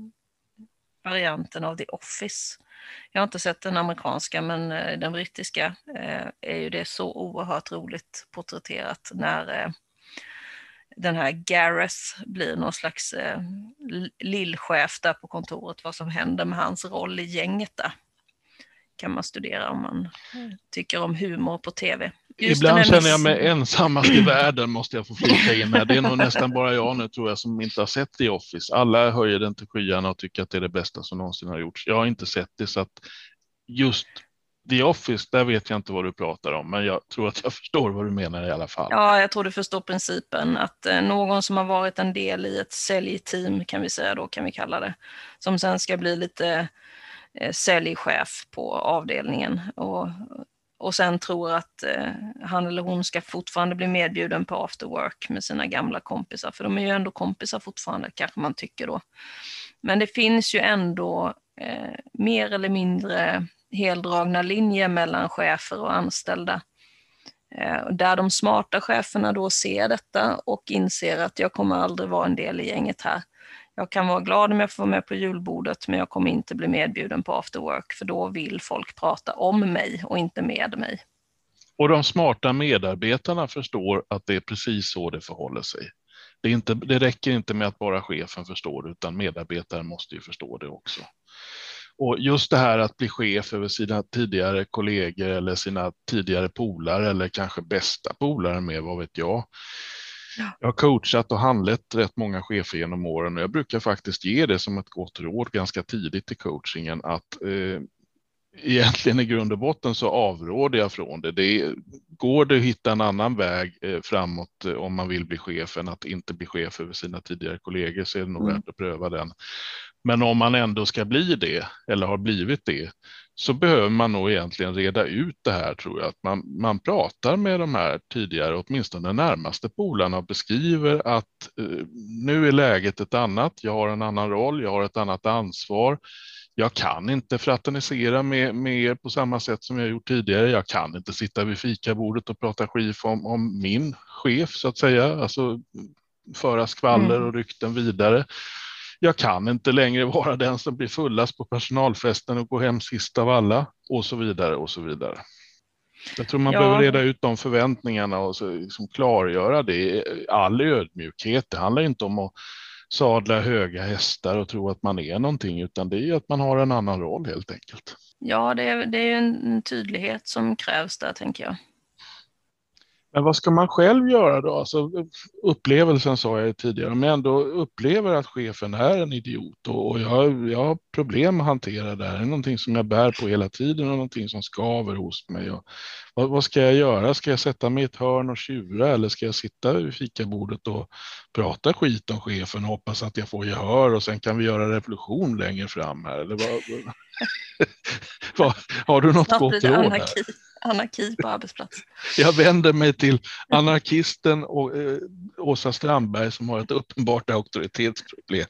varianten av The Office. Jag har inte sett den amerikanska, men den brittiska är ju det så oerhört roligt porträtterat när den här Gareth blir någon slags lillchef där på kontoret. Vad som händer med hans roll i gänget där kan man studera om man tycker om humor på tv.
Just Ibland känner jag mig ensammast i världen, måste jag få flika in här. Det är nog nästan bara jag nu tror jag som inte har sett The Office. Alla höjer den till skyarna och tycker att det är det bästa som någonsin har gjorts. Jag har inte sett det, så att just The Office, där vet jag inte vad du pratar om, men jag tror att jag förstår vad du menar i alla fall.
Ja, jag tror du förstår principen att eh, någon som har varit en del i ett säljteam, kan vi säga då, kan vi kalla det, som sen ska bli lite eh, säljchef på avdelningen och, och sen tror att eh, han eller hon ska fortfarande bli medbjuden på after work med sina gamla kompisar, för de är ju ändå kompisar fortfarande, kanske man tycker då. Men det finns ju ändå eh, mer eller mindre heldragna linjer mellan chefer och anställda. Eh, där de smarta cheferna då ser detta och inser att jag kommer aldrig vara en del i gänget här. Jag kan vara glad om jag får vara med på julbordet, men jag kommer inte bli medbjuden på after work, för då vill folk prata om mig och inte med mig.
Och de smarta medarbetarna förstår att det är precis så det förhåller sig. Det, är inte, det räcker inte med att bara chefen förstår det, utan medarbetaren måste ju förstå det också. Och just det här att bli chef över sina tidigare kollegor eller sina tidigare polare eller kanske bästa polare med, vad vet jag. Ja. Jag har coachat och handlett rätt många chefer genom åren och jag brukar faktiskt ge det som ett gott råd ganska tidigt i coachingen att eh, egentligen i grund och botten så avråder jag från det. Det är, går det att hitta en annan väg eh, framåt eh, om man vill bli chef än att inte bli chef över sina tidigare kollegor, så är det nog mm. värt att pröva den. Men om man ändå ska bli det eller har blivit det, så behöver man nog egentligen reda ut det här, tror jag. Att man, man pratar med de här tidigare, åtminstone närmaste polarna, och beskriver att eh, nu är läget ett annat, jag har en annan roll, jag har ett annat ansvar. Jag kan inte fraternisera med, med er på samma sätt som jag gjort tidigare. Jag kan inte sitta vid fikabordet och prata skit om, om min chef, så att säga. Alltså föra skvaller mm. och rykten vidare. Jag kan inte längre vara den som blir fullast på personalfesten och gå hem sist av alla, och så vidare och så vidare. Jag tror man ja. behöver reda ut de förväntningarna och så liksom klargöra det i all ödmjukhet. Det handlar inte om att sadla höga hästar och tro att man är någonting, utan det är ju att man har en annan roll helt enkelt.
Ja, det är, det är en tydlighet som krävs där, tänker jag.
Men vad ska man själv göra då? Alltså, upplevelsen sa jag tidigare, om jag ändå upplever att chefen är en idiot och jag, jag har problem att hantera det här. Det är någonting som jag bär på hela tiden och någonting som skaver hos mig. Och vad, vad ska jag göra? Ska jag sätta mig i ett hörn och tjura, eller ska jag sitta vid fikabordet och prata skit om chefen och hoppas att jag får gehör och sen kan vi göra revolution längre fram här? Eller vad, vad, har du något gott råd
anarki, anarki på arbetsplatsen?
Jag vänder mig till anarkisten och eh, Åsa Strandberg som har ett uppenbart auktoritetsproblem.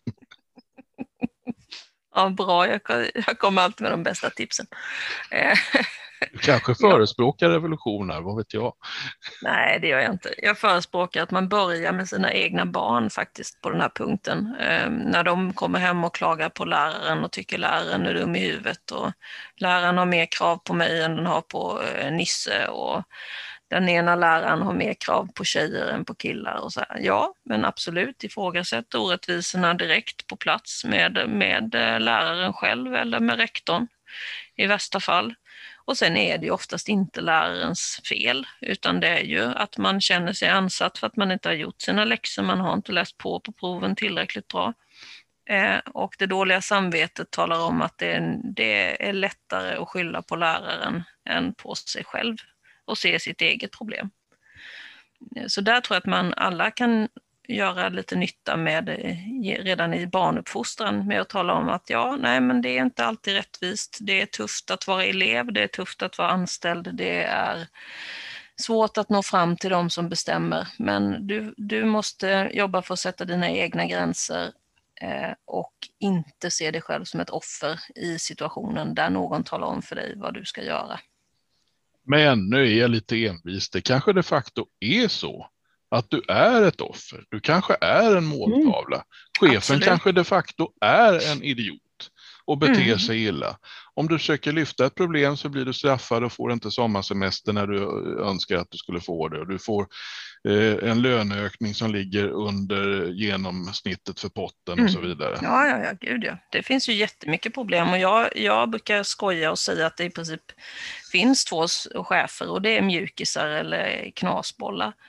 Ja, bra. Jag, jag kommer alltid med de bästa tipsen.
Du kanske förespråkar revolution här, vad vet jag?
Nej, det gör jag inte. Jag förespråkar att man börjar med sina egna barn faktiskt på den här punkten. Eh, när de kommer hem och klagar på läraren och tycker läraren är dum i huvudet och läraren har mer krav på mig än den har på eh, Nisse och den ena läraren har mer krav på tjejer än på killar och så här. Ja, men absolut, ifrågasätt orättvisorna direkt på plats med, med läraren själv eller med rektorn i värsta fall. Och sen är det ju oftast inte lärarens fel, utan det är ju att man känner sig ansatt för att man inte har gjort sina läxor, man har inte läst på på proven tillräckligt bra. Eh, och det dåliga samvetet talar om att det är, det är lättare att skylla på läraren än på sig själv och se sitt eget problem. Så där tror jag att man alla kan göra lite nytta med redan i barnuppfostran med att tala om att ja, nej men det är inte alltid rättvist, det är tufft att vara elev, det är tufft att vara anställd, det är svårt att nå fram till de som bestämmer, men du, du måste jobba för att sätta dina egna gränser eh, och inte se dig själv som ett offer i situationen där någon talar om för dig vad du ska göra.
Men nu är jag lite envis, det kanske de facto är så att du är ett offer. Du kanske är en måltavla. Mm. Chefen Absolut. Kanske de facto är en idiot och beter mm. sig illa. Om du försöker lyfta ett problem så blir du straffad och får inte sommarsemester när du önskar att du skulle få det. Och du får eh, en löneökning som ligger under genomsnittet för potten mm. och så vidare.
Ja, ja, ja, gud ja. Det finns ju jättemycket problem och jag, jag brukar skoja och säga att det i princip finns två chefer och det är mjukisar eller knasbollar.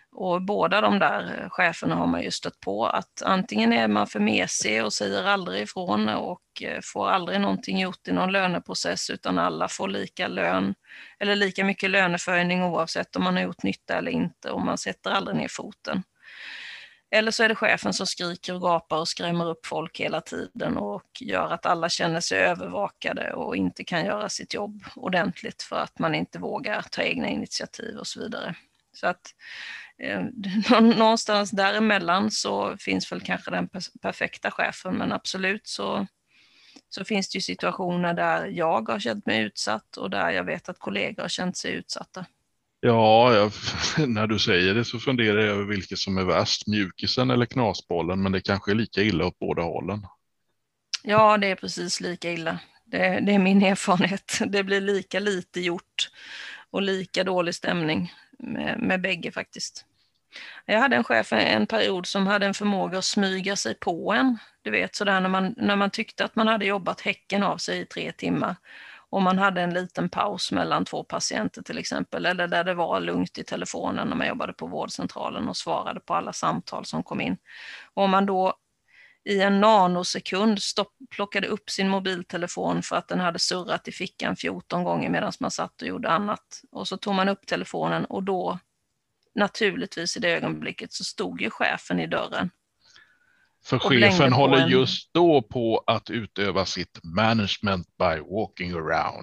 Och båda de där cheferna har man ju stött på att antingen är man för mesig och säger aldrig ifrån och får aldrig någonting gjort i någon löneprocess utan alla får lika lön eller lika mycket löneförhöjning oavsett om man har gjort nytta eller inte och man sätter aldrig ner foten. Eller så är det chefen som skriker och gapar och skrämmer upp folk hela tiden och gör att alla känner sig övervakade och inte kan göra sitt jobb ordentligt för att man inte vågar ta egna initiativ och så vidare. Så att eh, någonstans däremellan så finns väl kanske den perfekta chefen, men absolut så, så finns det ju situationer där jag har känt mig utsatt och där jag vet att kollegor har känt sig utsatta.
Ja, jag, när du säger det så funderar jag över vilket som är värst, mjukisen eller knasbollen, men det kanske är lika illa åt båda hållen.
Ja, det är precis lika illa. Det, det är min erfarenhet. Det blir lika lite gjort och lika dålig stämning med, med bägge faktiskt. Jag hade en chef en period som hade en förmåga att smyga sig på en. Du vet sådär när man, när man tyckte att man hade jobbat häcken av sig i tre timmar och man hade en liten paus mellan två patienter till exempel, eller där det var lugnt i telefonen när man jobbade på vårdcentralen och svarade på alla samtal som kom in. Och om man då i en nanosekund stopp, plockade upp sin mobiltelefon för att den hade surrat i fickan fjorton gånger medan man satt och gjorde annat. Och så tog man upp telefonen och då naturligtvis i det ögonblicket så stod ju chefen i dörren.
För chefen håller en... just då på att utöva sitt management by walking around.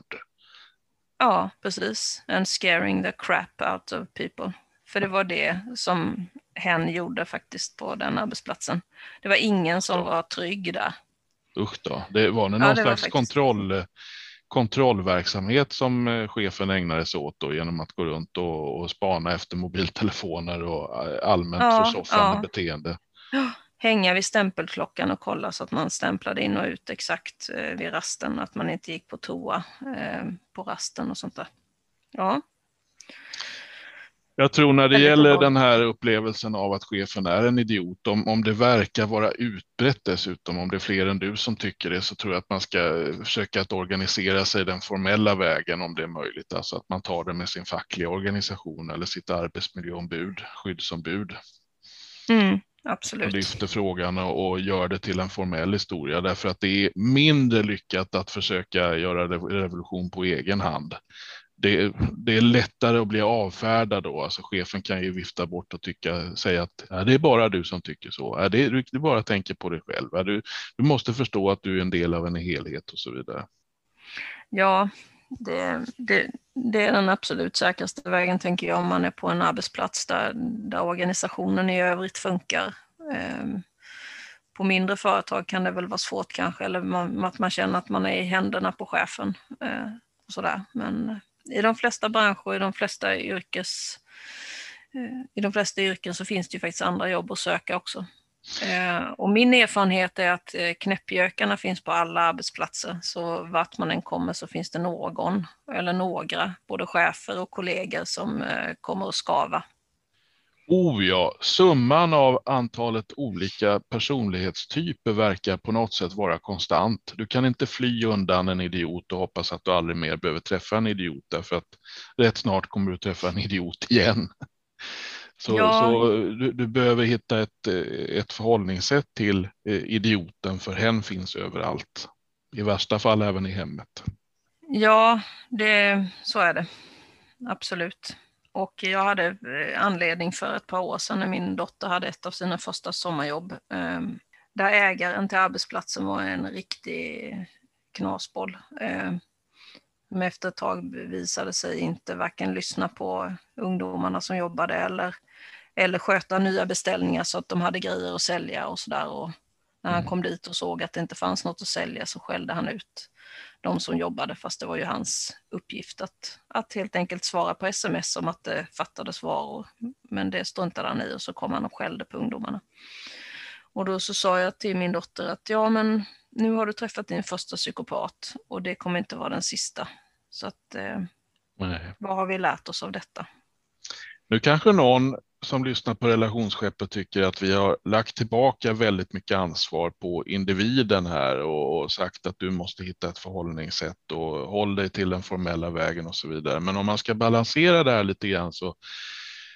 Ja, precis. And scaring the crap out of people. För det var det som hen gjorde faktiskt på den arbetsplatsen. Det var ingen som var trygg där.
Usch då. Det var någon ja, det slags var faktiskt... kontroll, kontrollverksamhet som chefen ägnade sig åt då, genom att gå runt och, och spana efter mobiltelefoner och allmänt ja, försoffande ja. beteende.
Hänga vid stämpelklockan och kolla så att man stämplade in och ut exakt vid rasten. Att man inte gick på toa eh, på rasten och sånt där. Ja.
Jag tror när det gäller den här upplevelsen av att chefen är en idiot, om, om det verkar vara utbrett dessutom, om det är fler än du som tycker det, så tror jag att man ska försöka att organisera sig den formella vägen om det är möjligt. Alltså att man tar det med sin fackliga organisation eller sitt arbetsmiljöombud, skyddsombud.
Mm, absolut.
Och lyfter frågan och, och gör det till en formell historia, därför att det är mindre lyckat att försöka göra revolution på egen hand. Det, det är lättare att bli avfärdad då. Alltså chefen kan ju vifta bort och tycka, säga att ja, det är bara du som tycker så. Ja, det är, du bara tänker på dig själv. Ja, du, du måste förstå att du är en del av en helhet och så vidare.
Ja, det, det, det är den absolut säkraste vägen tänker jag om man är på en arbetsplats där, där organisationen i övrigt funkar. På mindre företag kan det väl vara svårt kanske, eller man, att man känner att man är i händerna på chefen och sådär. Men i de flesta branscher, i de flesta yrkes, i de flesta yrken så finns det ju faktiskt andra jobb att söka också. Och min erfarenhet är att knäppjökarna finns på alla arbetsplatser, så vart man än kommer så finns det någon eller några, både chefer och kollegor som kommer att skava.
Oh ja, summan av antalet olika personlighetstyper verkar på något sätt vara konstant. Du kan inte fly undan en idiot och hoppas att du aldrig mer behöver träffa en idiot, därför att rätt snart kommer du träffa en idiot igen. Så, ja. så du, du behöver hitta ett, ett förhållningssätt till idioten, för hen finns överallt. I värsta fall även i hemmet.
Ja, det, så är det. Absolut. Och jag hade anledning för ett par år sedan när min dotter hade ett av sina första sommarjobb. Där ägaren till arbetsplatsen var en riktig knasboll. Men efter ett tag visade sig inte varken lyssna på ungdomarna som jobbade eller, eller sköta nya beställningar så att de hade grejer att sälja och sådär. Och när han kom dit och såg att det inte fanns något att sälja så skällde han ut de som jobbade, fast det var ju hans uppgift att, att helt enkelt svara på sms om att det fattades varor. Men det struntade han i och så kom han och skällde på ungdomarna. Och då så sa jag till min dotter att ja, men nu har du träffat din första psykopat och det kommer inte vara den sista. Så att eh, vad har vi lärt oss av detta?
Nu kanske någon som lyssnar på relationsskeppet tycker att vi har lagt tillbaka väldigt mycket ansvar på individen här och sagt att du måste hitta ett förhållningssätt och håll dig till den formella vägen och så vidare. Men om man ska balansera det här lite grann så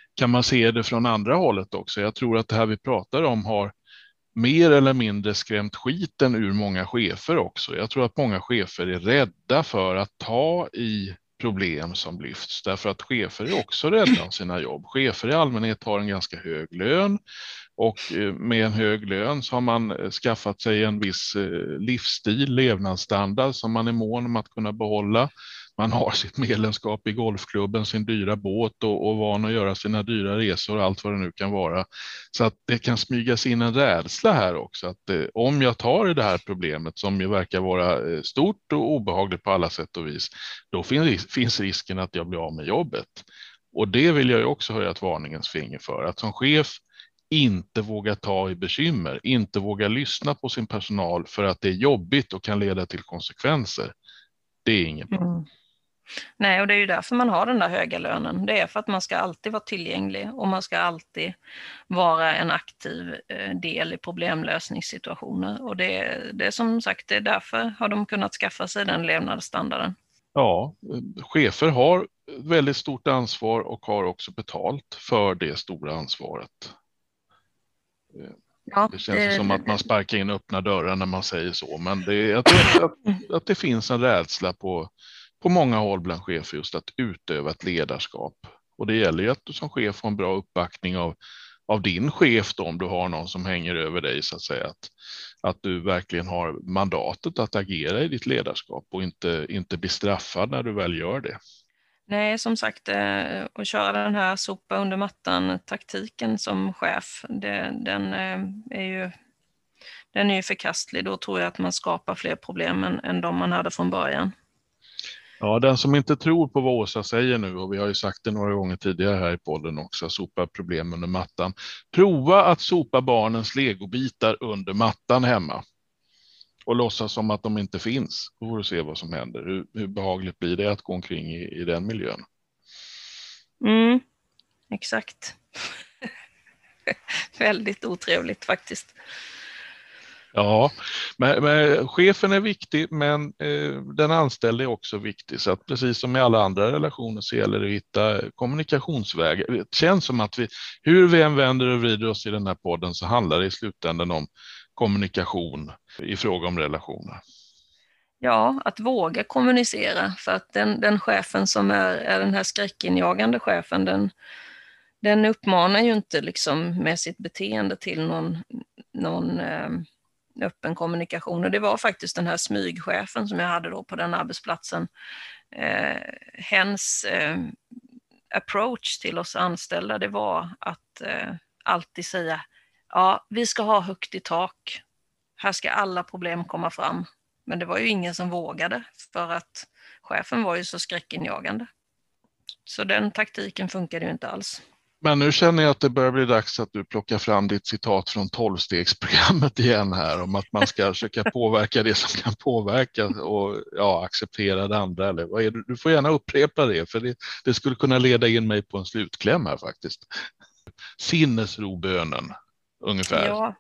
kan man se det från andra hållet också. Jag tror att det här vi pratar om har mer eller mindre skrämt skiten ur många chefer också. Jag tror att många chefer är rädda för att ta i problem som lyfts, därför att chefer är också rädda om sina jobb. Chefer i allmänhet har en ganska hög lön, och med en hög lön så har man skaffat sig en viss livsstil, levnadsstandard som man är mån om att kunna behålla. Man har sitt medlemskap i golfklubben, sin dyra båt och, och van att göra sina dyra resor och allt vad det nu kan vara. Så att det kan smygas in en rädsla här också. Att eh, om jag tar i det här problemet som ju verkar vara eh, stort och obehagligt på alla sätt och vis, då finns, finns risken att jag blir av med jobbet. Och det vill jag ju också höja ett varningens finger för. Att som chef inte våga ta i bekymmer, inte våga lyssna på sin personal för att det är jobbigt och kan leda till konsekvenser. Det är inget bra.
Mm. Nej, och det är ju därför man har den där höga lönen. Det är för att man ska alltid vara tillgänglig och man ska alltid vara en aktiv del i problemlösningssituationer. Och det, det är som sagt, det är därför har de kunnat skaffa sig den levnadsstandarden.
Ja, chefer har väldigt stort ansvar och har också betalt för det stora ansvaret. Ja, det känns det, som att man sparkar in öppna dörrar när man säger så, men det, jag tror att, att det finns en rädsla på, på många håll bland chefer just att utöva ett ledarskap. Och det gäller ju att du som chef får en bra uppbackning av, av din chef då, om du har någon som hänger över dig, så att säga. Att, att du verkligen har mandatet att agera i ditt ledarskap och inte, inte bli straffad när du väl gör det.
Nej, som sagt, att köra den här sopa under mattan-taktiken som chef, det, den, är ju, den är ju förkastlig. Då tror jag att man skapar fler problem än, än de man hade från början.
Ja, den som inte tror på vad Åsa säger nu, och vi har ju sagt det några gånger tidigare här i podden också, sopa problem under mattan. Prova att sopa barnens legobitar under mattan hemma och låtsas som att de inte finns. Då får du se vad som händer. Hur, hur behagligt blir det att gå omkring i, i den miljön?
Mm, exakt. Väldigt otrevligt faktiskt.
Ja, men, men chefen är viktig, men eh, den anställde är också viktig. Så att precis som i alla andra relationer så gäller det att hitta kommunikationsvägar. Det känns som att vi, hur vi än vänder och vrider oss i den här podden, så handlar det i slutändan om kommunikation i fråga om relationer.
Ja, att våga kommunicera, för att den, den chefen som är, är den här skräckinjagande chefen, den, den uppmanar ju inte liksom med sitt beteende till någon, någon eh, öppen kommunikation. Och det var faktiskt den här smygchefen som jag hade då på den arbetsplatsen. Eh, hens eh, approach till oss anställda, det var att eh, alltid säga, ja, vi ska ha högt i tak. Här ska alla problem komma fram. Men det var ju ingen som vågade, för att chefen var ju så skräckinjagande. Så den taktiken funkade ju inte alls.
Men nu känner jag att det börjar bli dags att du plockar fram ditt citat från tolvstegsprogrammet igen här, om att man ska försöka påverka det som kan påverka och ja, acceptera det andra. Eller vad är det? Du får gärna upprepa det, för det, det skulle kunna leda in mig på en slutkläm här faktiskt. Sinnesrobönen, ungefär.
Ja,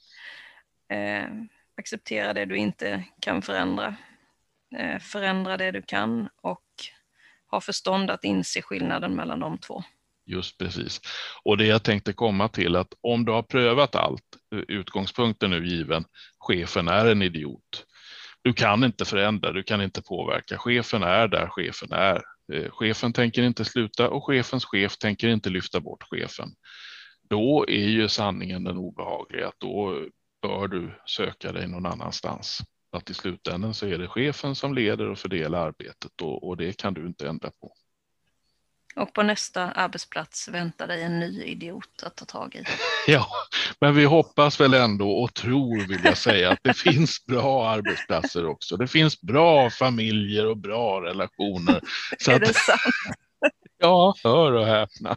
eh, acceptera det du inte kan förändra. Eh, förändra det du kan och ha förstånd att inse skillnaden mellan de två.
Just precis. Och det jag tänkte komma till, att om du har prövat allt, utgångspunkten nu given, chefen är en idiot. Du kan inte förändra, du kan inte påverka. Chefen är där chefen är. Chefen tänker inte sluta och chefens chef tänker inte lyfta bort chefen. Då är ju sanningen den obehagliga, att då bör du söka dig någon annanstans. Att i slutändan så är det chefen som leder och fördelar arbetet, och, och det kan du inte ändra på.
Och på nästa arbetsplats väntar dig en ny idiot att ta tag i.
Ja, men vi hoppas väl ändå och tror, vill jag säga, att det finns bra arbetsplatser också. Det finns bra familjer och bra relationer. Så
är
att,
det sant?
Ja, hör och häpna.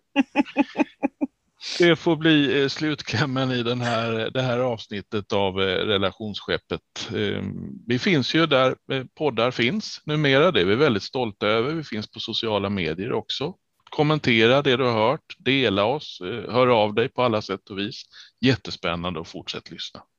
Det får bli slutklämmen i den här, det här avsnittet av Relationsskeppet. Vi finns ju där poddar finns numera, det är vi väldigt stolta över. Vi finns på sociala medier också. Kommentera det du har hört, dela oss, hör av dig på alla sätt och vis. Jättespännande och fortsätt lyssna.